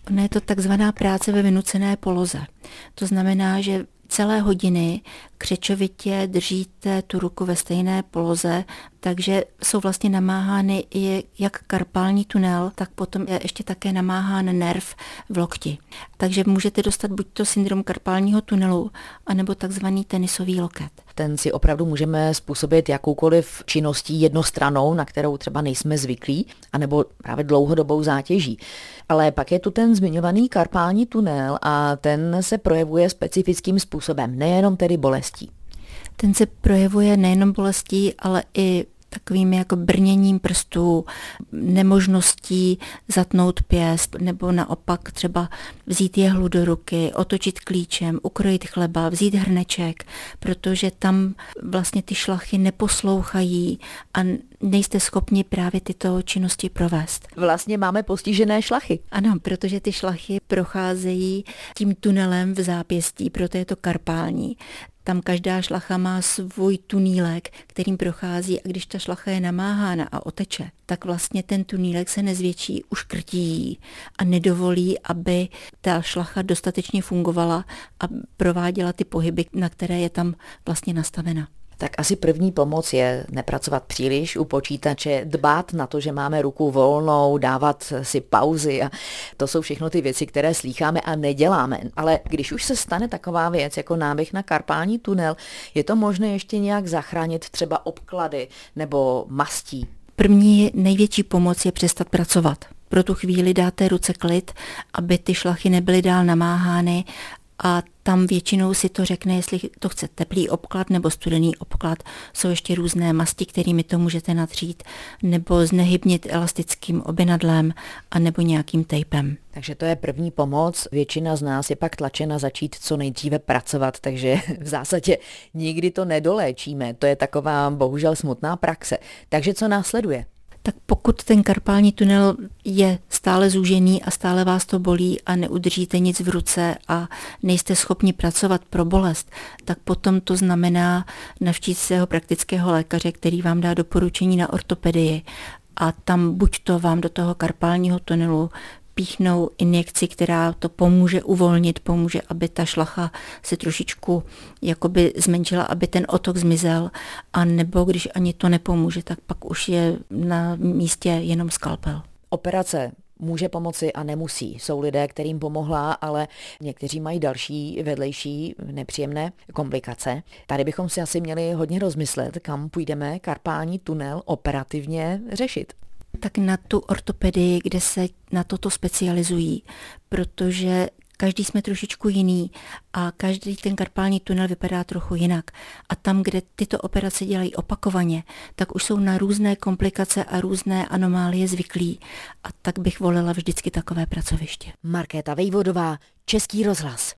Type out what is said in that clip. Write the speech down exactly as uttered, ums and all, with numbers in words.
Ono je to takzvaná práce ve vynucené poloze. To znamená, že celé hodiny křečovitě držíte tu ruku ve stejné poloze, takže jsou vlastně namáhány i jak karpální tunel, tak potom je ještě také namáhán nerv v lokti. Takže můžete dostat buď to syndrom karpálního tunelu, anebo takzvaný tenisový loket. Ten si opravdu můžeme způsobit jakoukoliv činností jednostrannou, na kterou třeba nejsme zvyklí, anebo právě dlouhodobou zátěží. Ale pak je tu ten zmiňovaný karpální tunel a ten se projevuje specifickým způsobem, nejenom tedy bolestí. Ten se projevuje nejenom bolestí, ale i takovým jako brněním prstů, nemožností zatnout pěst, nebo naopak třeba vzít jehlu do ruky, otočit klíčem, ukrojit chleba, vzít hrneček, protože tam vlastně ty šlachy neposlouchají a nejste schopni právě tyto činnosti provést. Vlastně máme postižené šlachy. Ano, protože ty šlachy procházejí tím tunelem v zápěstí, proto je to karpální. Tam každá šlacha má svůj tunílek, kterým prochází, a když ta šlacha je namáhána a oteče, tak vlastně ten tunílek se nezvětší, uškrtí a nedovolí, aby ta šlacha dostatečně fungovala a prováděla ty pohyby, na které je tam vlastně nastavena. Tak asi první pomoc je nepracovat příliš u počítače, dbát na to, že máme ruku volnou, dávat si pauzy a to jsou všechno ty věci, které slýcháme a neděláme. Ale když už se stane taková věc jako náběh na karpální tunel, je to možné ještě nějak zachránit třeba obklady nebo mastí? První největší pomoc je přestat pracovat. Pro tu chvíli dáte ruce klid, aby ty šlachy nebyly dál namáhány, a tam většinou si to řekne, jestli to chce teplý obklad nebo studený obklad. Jsou ještě různé masti, kterými to můžete natřít, nebo znehybnit elastickým obynadlem a nebo nějakým tejpem. Takže to je první pomoc. Většina z nás je pak tlačena začít co nejdříve pracovat, takže v zásadě nikdy to nedoléčíme. To je taková bohužel smutná praxe. Takže co následuje? Tak pokud ten karpální tunel je stále zúžený a stále vás to bolí a neudržíte nic v ruce a nejste schopni pracovat pro bolest, tak potom to znamená navštívit svého praktického lékaře, který vám dá doporučení na ortopedii, a tam buď to vám do toho karpálního tunelu píchnou injekci, která to pomůže uvolnit, pomůže, aby ta šlacha se trošičku jakoby zmenšila, aby ten otok zmizel, a nebo když ani to nepomůže, tak pak už je na místě jenom skalpel. Operace může pomoci a nemusí. Jsou lidé, kterým pomohla, ale někteří mají další vedlejší nepříjemné komplikace. Tady bychom si asi měli hodně rozmyslet, kam půjdeme karpální tunel operativně řešit. Tak na tu ortopedii, kde se na toto specializují, protože každý jsme trošičku jiný a každý ten karpální tunel vypadá trochu jinak. A tam, kde tyto operace dělají opakovaně, tak už jsou na různé komplikace a různé anomálie zvyklí. A tak bych volila vždycky takové pracoviště. Markéta Vejvodová, Český rozhlas.